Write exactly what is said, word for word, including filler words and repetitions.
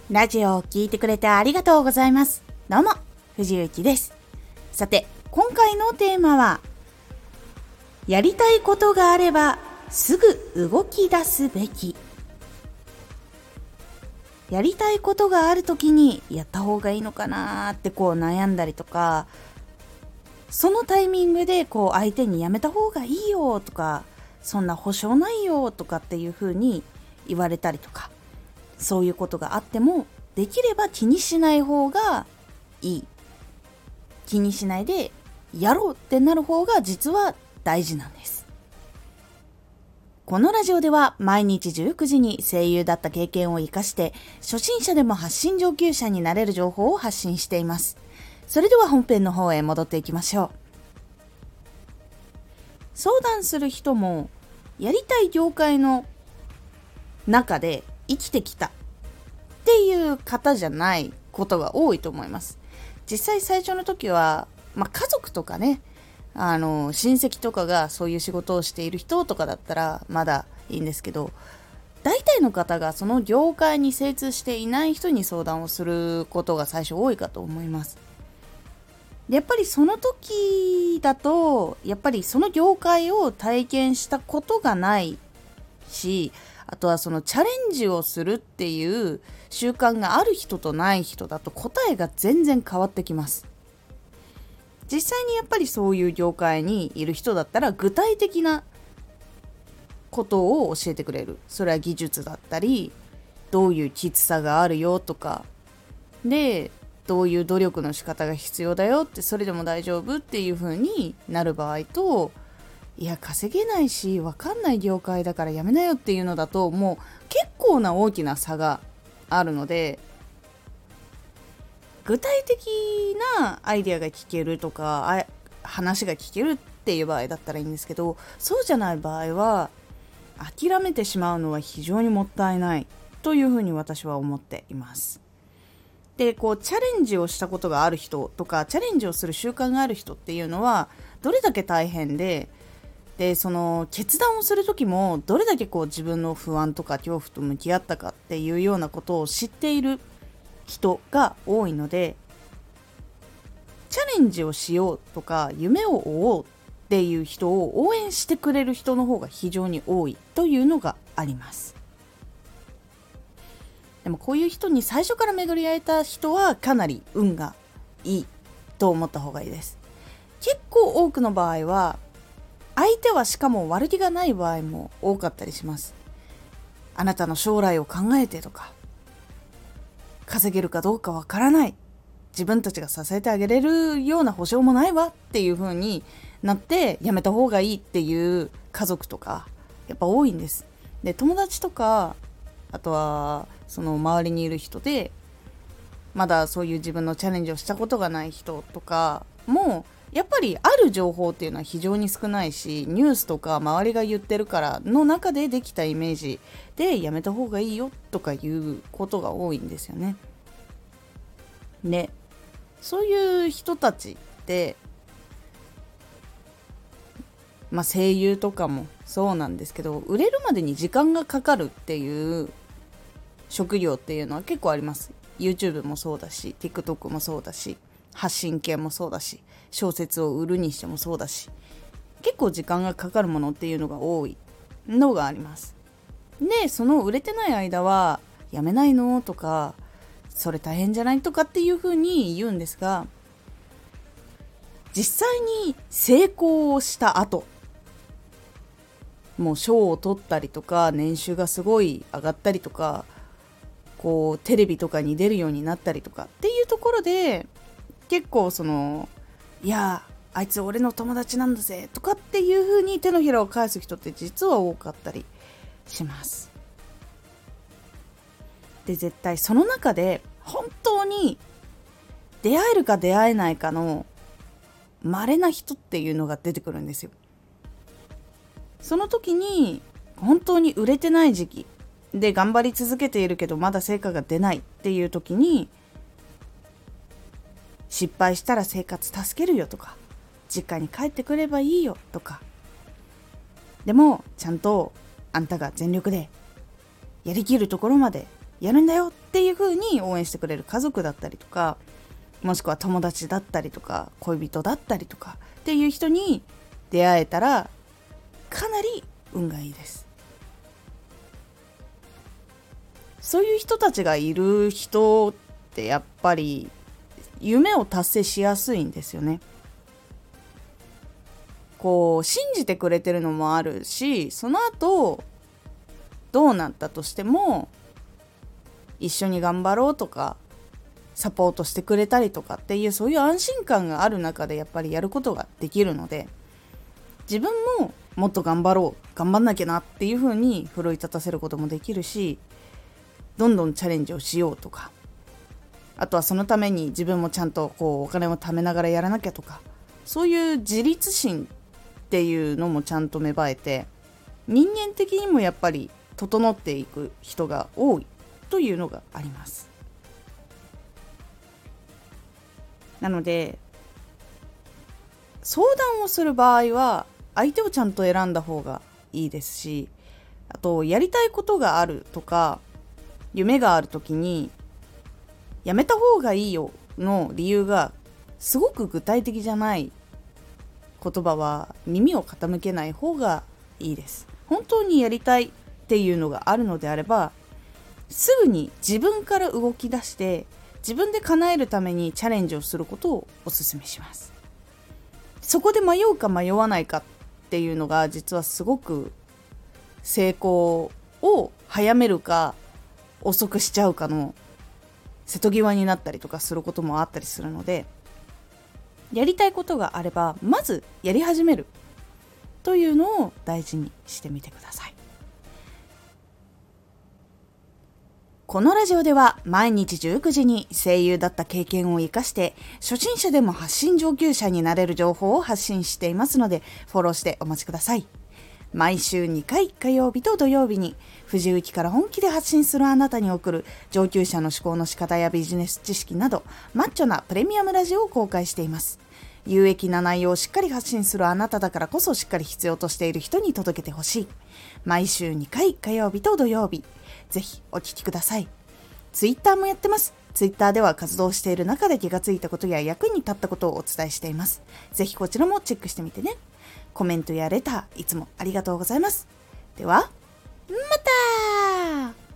ラジオを聞いてくれてありがとうございます。どうも、藤幸です。さて、今回のテーマは、やりたいことがあればすぐ動き出すべき。やりたいことがあるときにやった方がいいのかなーってこう悩んだりとか、そのタイミングでこう相手にやめた方がいいよとか、そんな保証ないよとかっていう風に言われたりとか、そういうことがあってもできれば気にしない方がいい。気にしないでやろうってなる方が実は大事なんです。このラジオでは毎日じゅうくじに声優だった経験を生かして初心者でも発信上級者になれる情報を発信しています。それでは本編の方へ戻っていきましょう。相談する人もやりたい業界の中で生きてきたっていう方じゃないことが多いと思います。実際最初の時は、まあ、家族とかね、あの親戚とかがそういう仕事をしている人とかだったらまだいいんですけど、大体の方がその業界に精通していない人に相談をすることが最初多いかと思います。やっぱりその時だとやっぱりその業界を体験したことがないし、あとはそのチャレンジをするっていう習慣がある人とない人だと答えが全然変わってきます。実際にやっぱりそういう業界にいる人だったら具体的なことを教えてくれる。それは技術だったり、どういうきつさがあるよとかで、どういう努力の仕方が必要だよって、それでも大丈夫っていう風になる場合と、いや稼げないし分かんない業界だからやめなよっていうのだと、もう結構な大きな差があるので、具体的なアイデアが聞けるとか話が聞けるっていう場合だったらいいんですけど、そうじゃない場合は諦めてしまうのは非常にもったいないというふうに私は思っています。で、こうチャレンジをしたことがある人とかチャレンジをする習慣がある人っていうのはどれだけ大変で、でその決断をする時もどれだけこう自分の不安とか恐怖と向き合ったかっていうようなことを知っている人が多いので、チャレンジをしようとか夢を追おうっていう人を応援してくれる人の方が非常に多いというのがあります。でもこういう人に最初から巡り会えた人はかなり運がいいと思った方がいいです。結構多くの場合は相手はしかも悪気がない場合も多かったりします。あなたの将来を考えてとか、稼げるかどうかわからない、自分たちが支えてあげれるような保証もないわっていう風になってやめた方がいいっていう家族とかやっぱ多いんです。で、友達とか、あとはその周りにいる人でまだそういう自分のチャレンジをしたことがない人とかもやっぱりある情報っていうのは非常に少ないし、ニュースとか周りが言ってるからの中でできたイメージでやめた方がいいよとかいうことが多いんですよね。で、そういう人たちって、まあ声優とかもそうなんですけど、売れるまでに時間がかかるっていう職業っていうのは結構あります。 YouTube もそうだし TikTok もそうだし、発信系もそうだし、小説を売るにしてもそうだし、結構時間がかかるものっていうのが多いのがあります。で、その売れてない間はやめないのとか、それ大変じゃないとかっていう風に言うんですが、実際に成功をした後、もう賞を取ったりとか年収がすごい上がったりとか、こうテレビとかに出るようになったりとかっていうところで、結構その、いやあいつ俺の友達なんだぜとかっていう風に手のひらを返す人って実は多かったりします。で、絶対その中で本当に出会えるか出会えないかの稀な人っていうのが出てくるんですよ。その時に本当に売れてない時期で頑張り続けているけどまだ成果が出ないっていう時に、失敗したら生活助けるよとか、実家に帰ってくればいいよとか、でもちゃんとあんたが全力でやりきるところまでやるんだよっていう風に応援してくれる家族だったりとか、もしくは友達だったりとか恋人だったりとかっていう人に出会えたらかなり運がいいです。そういう人たちがいる人ってやっぱり夢を達成しやすいんですよね。こう信じてくれてるのもあるし、その後どうなったとしても一緒に頑張ろうとかサポートしてくれたりとかっていう、そういう安心感がある中でやっぱりやることができるので、自分ももっと頑張ろう頑張んなきゃなっていう風に奮い立たせることもできるし、どんどんチャレンジをしようとか、あとはそのために自分もちゃんとこうお金を貯めながらやらなきゃとか、そういう自立心っていうのもちゃんと芽生えて、人間的にもやっぱり整っていく人が多いというのがあります。なので相談をする場合は相手をちゃんと選んだ方がいいですし、あとやりたいことがあるとか夢があるときにやめた方がいいよの理由がすごく具体的じゃない言葉は耳を傾けない方がいいです。本当にやりたいっていうのがあるのであれば、すぐに自分から動き出して自分で叶えるためにチャレンジをすることをお勧めします。そこで迷うか迷わないかっていうのが実はすごく成功を早めるか遅くしちゃうかの瀬戸際になったりとかすることもあったりするので、やりたいことがあればまずやり始めるというのを大事にしてみてください。このラジオでは毎日じゅうくじに声優だった経験を生かして初心者でも発信上級者になれる情報を発信していますので、フォローしてお待ちください。毎週にかい、火曜日と土曜日に藤雪から本気で発信するあなたに送る上級者の思考の仕方やビジネス知識などマッチョなプレミアムラジオを公開しています。有益な内容をしっかり発信するあなただからこそしっかり必要としている人に届けてほしい。毎週にかい、火曜日と土曜日、ぜひお聞きください。ツイッターもやってます。ツイッターでは活動している中で気がついたことや役に立ったことをお伝えしています。ぜひこちらもチェックしてみてね。コメントやレターいつもありがとうございます。ではまた。